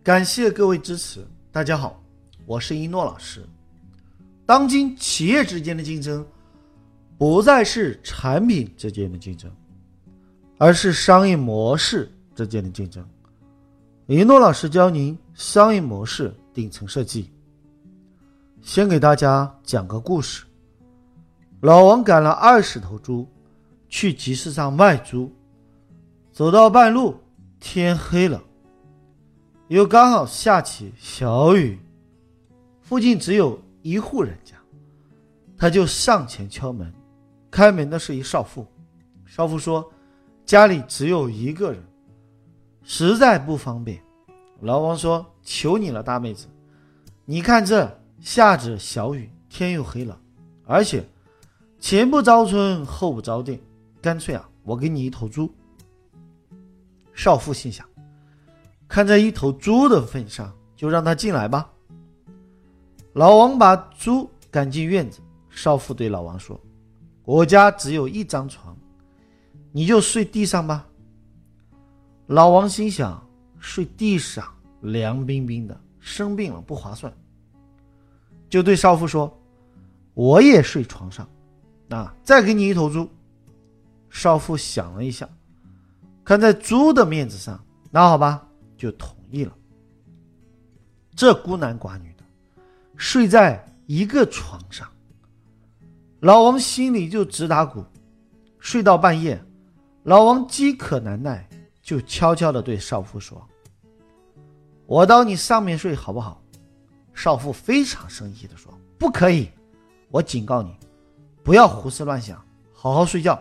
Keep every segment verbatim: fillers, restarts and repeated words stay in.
感谢各位支持。大家好，我是一诺老师。当今企业之间的竞争不再是产品之间的竞争，而是商业模式之间的竞争。一诺老师教您商业模式顶层设计。先给大家讲个故事。老王赶了二十头猪去集市上卖猪，走到半路天黑了，又刚好下起小雨，附近只有一户人家，他就上前敲门。开门的是一少妇，少妇说家里只有一个人，实在不方便。老王说，求你了大妹子，你看这下着小雨，天又黑了，而且前不着村后不着店，干脆啊我给你一头猪。少妇心想，看在一头猪的份上，就让他进来吧。老王把猪赶进院子，少妇对老王说，我家只有一张床，你就睡地上吧。老王心想，睡地上凉冰冰的，生病了不划算，就对少妇说，我也睡床上，啊，再给你一头猪。少妇想了一下，看在猪的面子上，那好吧，就同意了。这孤男寡女的睡在一个床上，老王心里就直打鼓。睡到半夜，老王饥渴难耐，就悄悄地对少妇说，我到你上面睡好不好？少妇非常生气地说，不可以，我警告你，不要胡思乱想，好好睡觉。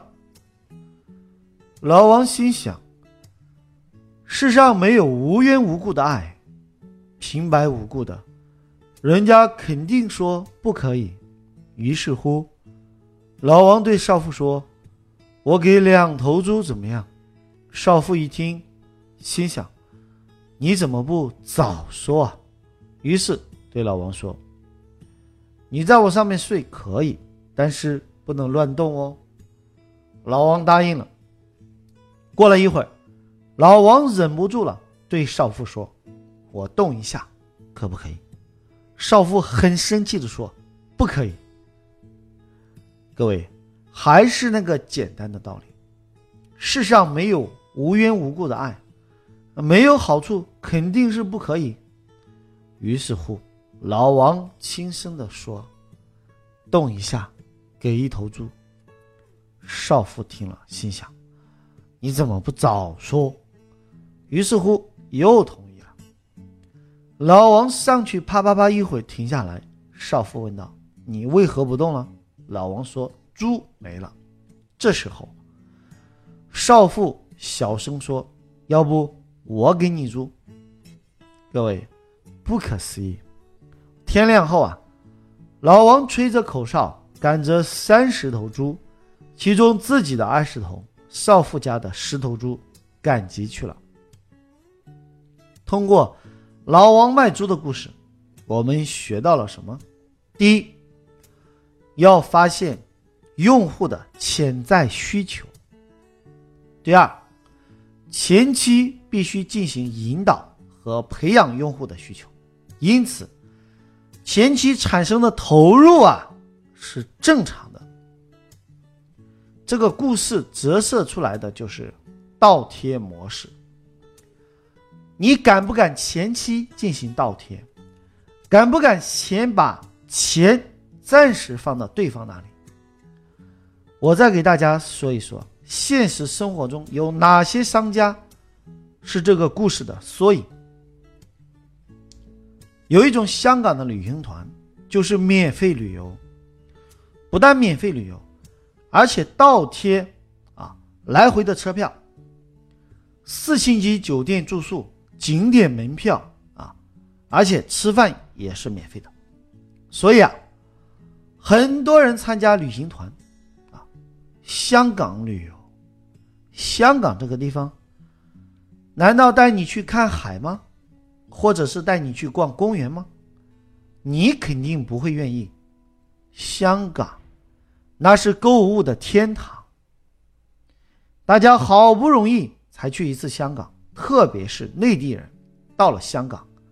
老王心想，世上没有无缘无故的爱，平白无故的，人家肯定说不可以。于是乎，老王对少妇说，我给两头猪怎么样？少妇一听，心想，你怎么不早说啊？于是对老王说，你在我上面睡可以，但是不能乱动哦。老王答应了。过了一会儿，老王忍不住了，对少妇说，我动一下可不可以？少妇很生气地说，不可以。各位，还是那个简单的道理，世上没有无缘无故的爱，没有好处肯定是不可以。于是乎，老王轻声地说，动一下给一头猪。少妇听了，心想，你怎么不早说？于是乎又同意了。老王上去啪啪啪一会停下来，少妇问道，你为何不动了？老王说，猪没了。这时候少妇小声说，要不我给你猪。各位，不可思议。天亮后啊，老王吹着口哨，赶着三十头猪，其中自己的二十头，少妇家的十头猪赶集去了。通过老王卖猪的故事，我们学到了什么？第一，要发现用户的潜在需求。第二，前期必须进行引导和培养用户的需求，因此前期产生的投入啊是正常的。这个故事折射出来的就是倒贴模式。你敢不敢前期进行倒贴？敢不敢先把钱暂时放到对方那里？我再给大家说一说，现实生活中有哪些商家是这个故事的缩影。有一种香港的旅行团，就是免费旅游，不但免费旅游，而且倒贴啊来回的车票，四星级酒店住宿，景点门票啊，而且吃饭也是免费的。所以啊，很多人参加旅行团啊，香港旅游，香港这个地方，难道带你去看海吗？或者是带你去逛公园吗？你肯定不会愿意。香港那是购物的天堂，大家好不容易才去一次香港，特别是内地人到了香港，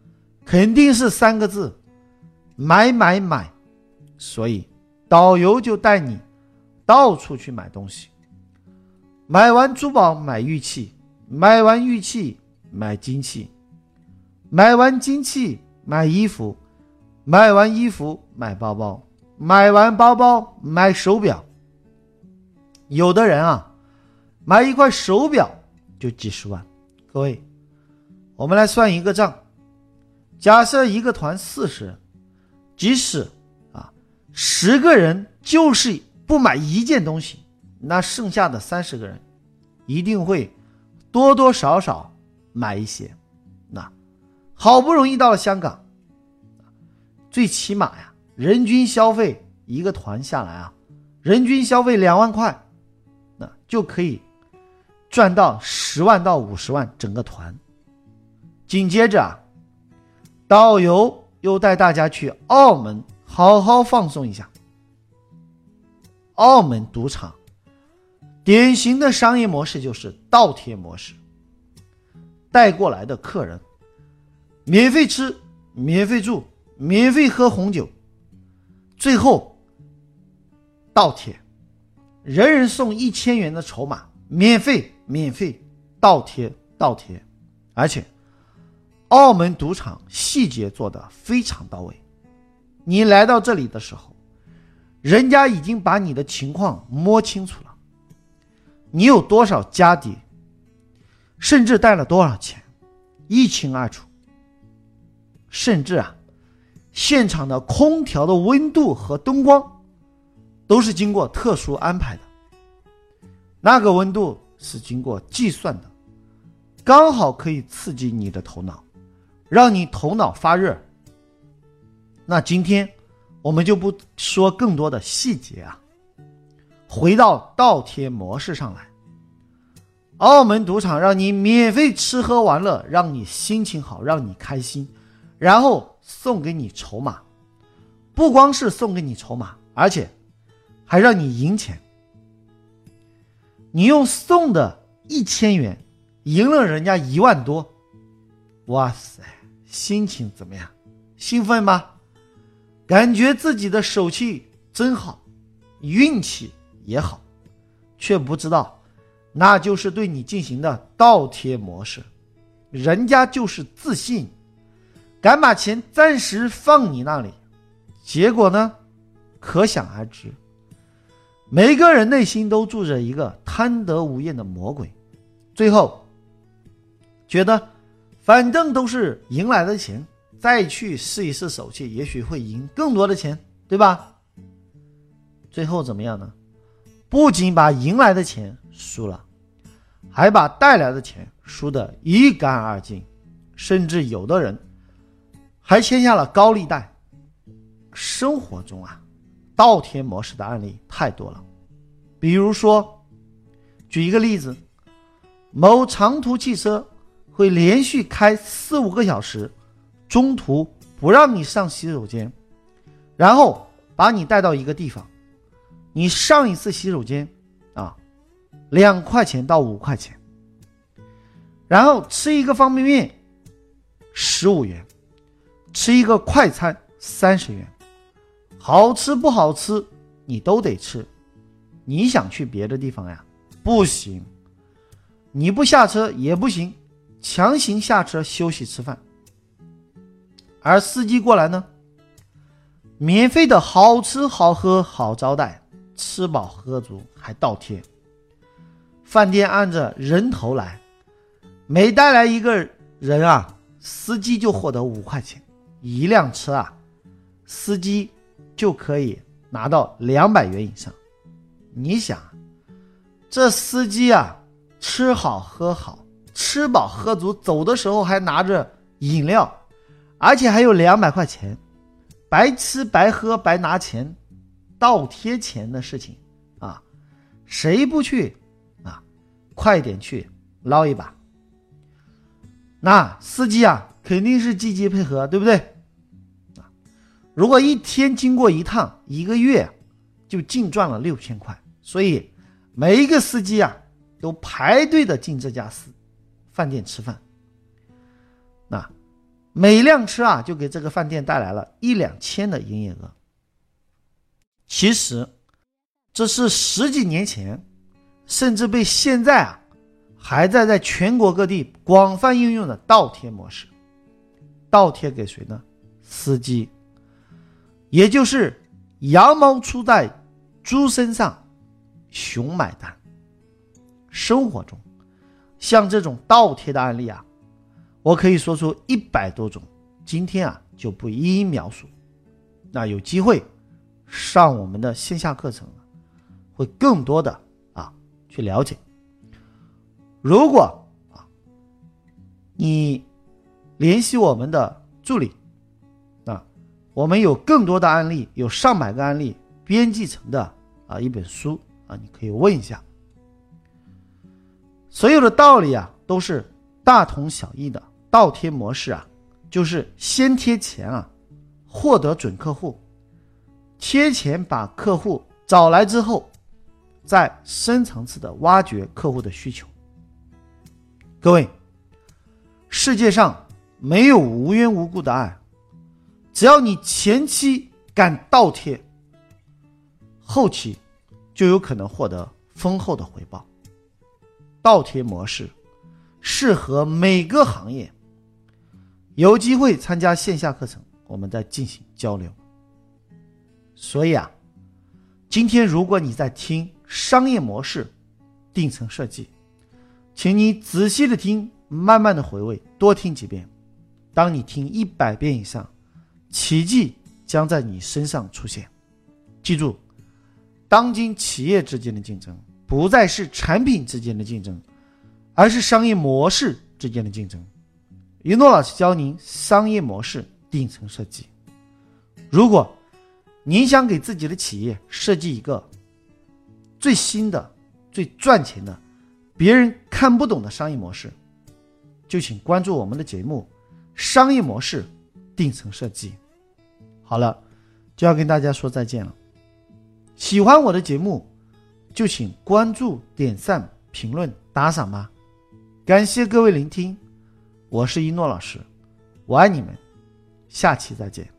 肯定是三个字：买买买。所以导游就带你到处去买东西，买完珠宝买玉器，买完玉器买金器，买完金器买衣服，买完衣服买包包，买完包包买手表。有的人啊，买一块手表就几十万。各位，我们来算一个账，假设一个团四十人，即使啊十个人就是不买一件东西，那剩下的三十个人一定会多多少少买一些。那好不容易到了香港，最起码呀，人均消费一个团下来啊，人均消费两万块，那就可以赚到十万到五十万整个团。紧接着啊，导游又带大家去澳门好好放松一下。澳门赌场典型的商业模式就是倒贴模式，带过来的客人免费吃，免费住，免费喝红酒，最后倒贴，人人送一千元的筹码，免费免费倒贴倒贴。而且澳门赌场细节做得非常到位，你来到这里的时候，人家已经把你的情况摸清楚了，你有多少家底，甚至带了多少钱，一清二楚。甚至啊，现场的空调的温度和灯光都是经过特殊安排的，那个温度是经过计算的，刚好可以刺激你的头脑，让你头脑发热。那今天我们就不说更多的细节啊，回到倒贴模式上来。澳门赌场让你免费吃喝玩乐，让你心情好，让你开心，然后送给你筹码，不光是送给你筹码，而且还让你赢钱。你用送的一千元赢了人家一万多，哇塞，心情怎么样？兴奋吗？感觉自己的手气真好，运气也好，却不知道那就是对你进行的倒贴模式。人家就是自信，敢把钱暂时放你那里，结果呢，可想而知。每个人内心都住着一个贪得无厌的魔鬼，最后觉得反正都是赢来的钱，再去试一试手气，也许会赢更多的钱，对吧？最后怎么样呢？不仅把赢来的钱输了，还把带来的钱输得一干二净，甚至有的人还签下了高利贷。生活中啊，倒贴模式的案例太多了。比如说，举一个例子，某长途汽车会连续开四五个小时，中途不让你上洗手间，然后把你带到一个地方，你上一次洗手间啊，两块钱到五块钱，然后吃一个方便面十五元，吃一个快餐三十元，好吃不好吃你都得吃。你想去别的地方呀？不行，你不下车也不行，强行下车休息吃饭。而司机过来呢，免费的好吃好喝好招待，吃饱喝足还倒贴。饭店按着人头来，每带来一个人啊，司机就获得五块钱。一辆车啊，司机就可以拿到两百元以上。你想，这司机啊，吃好喝好，吃饱喝足，走的时候还拿着饮料，而且还有两百块钱，白吃白喝白拿钱，倒贴钱的事情啊，谁不去啊？快点去捞一把。那司机啊，肯定是积极配合，对不对？啊，如果一天经过一趟，一个月就净赚了六千块，所以每一个司机啊，都排队的进这家饭店吃饭。那每辆车啊就给这个饭店带来了一两千的营业额。其实这是十几年前，甚至被现在啊还在在全国各地广泛应用的倒贴模式。倒贴给谁呢？司机。也就是羊毛出在猪身上，熊买单。生活中像这种倒贴的案例啊，我可以说出一百多种，今天啊就不一一描述。那有机会上我们的线下课程，会更多的啊去了解。如果啊你联系我们的助理，啊我们有更多的案例，有上百个案例编辑成的啊一本书啊，你可以问一下。所有的道理啊都是大同小异的。倒贴模式啊就是先贴钱啊获得准客户，贴钱把客户找来之后，再深层次的挖掘客户的需求。各位，世界上没有无缘无故的爱，只要你前期敢倒贴，后期就有可能获得丰厚的回报。倒贴模式适合每个行业，有机会参加线下课程，我们再进行交流。所以啊，今天如果你在听商业模式定层设计，请你仔细的听，慢慢的回味，多听几遍。当你听一百遍以上，奇迹将在你身上出现。记住，当今企业之间的竞争不再是产品之间的竞争，而是商业模式之间的竞争。一诺老师教您商业模式定层设计。如果您想给自己的企业设计一个最新的、最赚钱的、别人看不懂的商业模式，就请关注我们的节目《商业模式定层设计》。好了，就要跟大家说再见了。喜欢我的节目，就请关注、点赞、评论、打赏吧。感谢各位聆听，我是一诺老师，我爱你们，下期再见。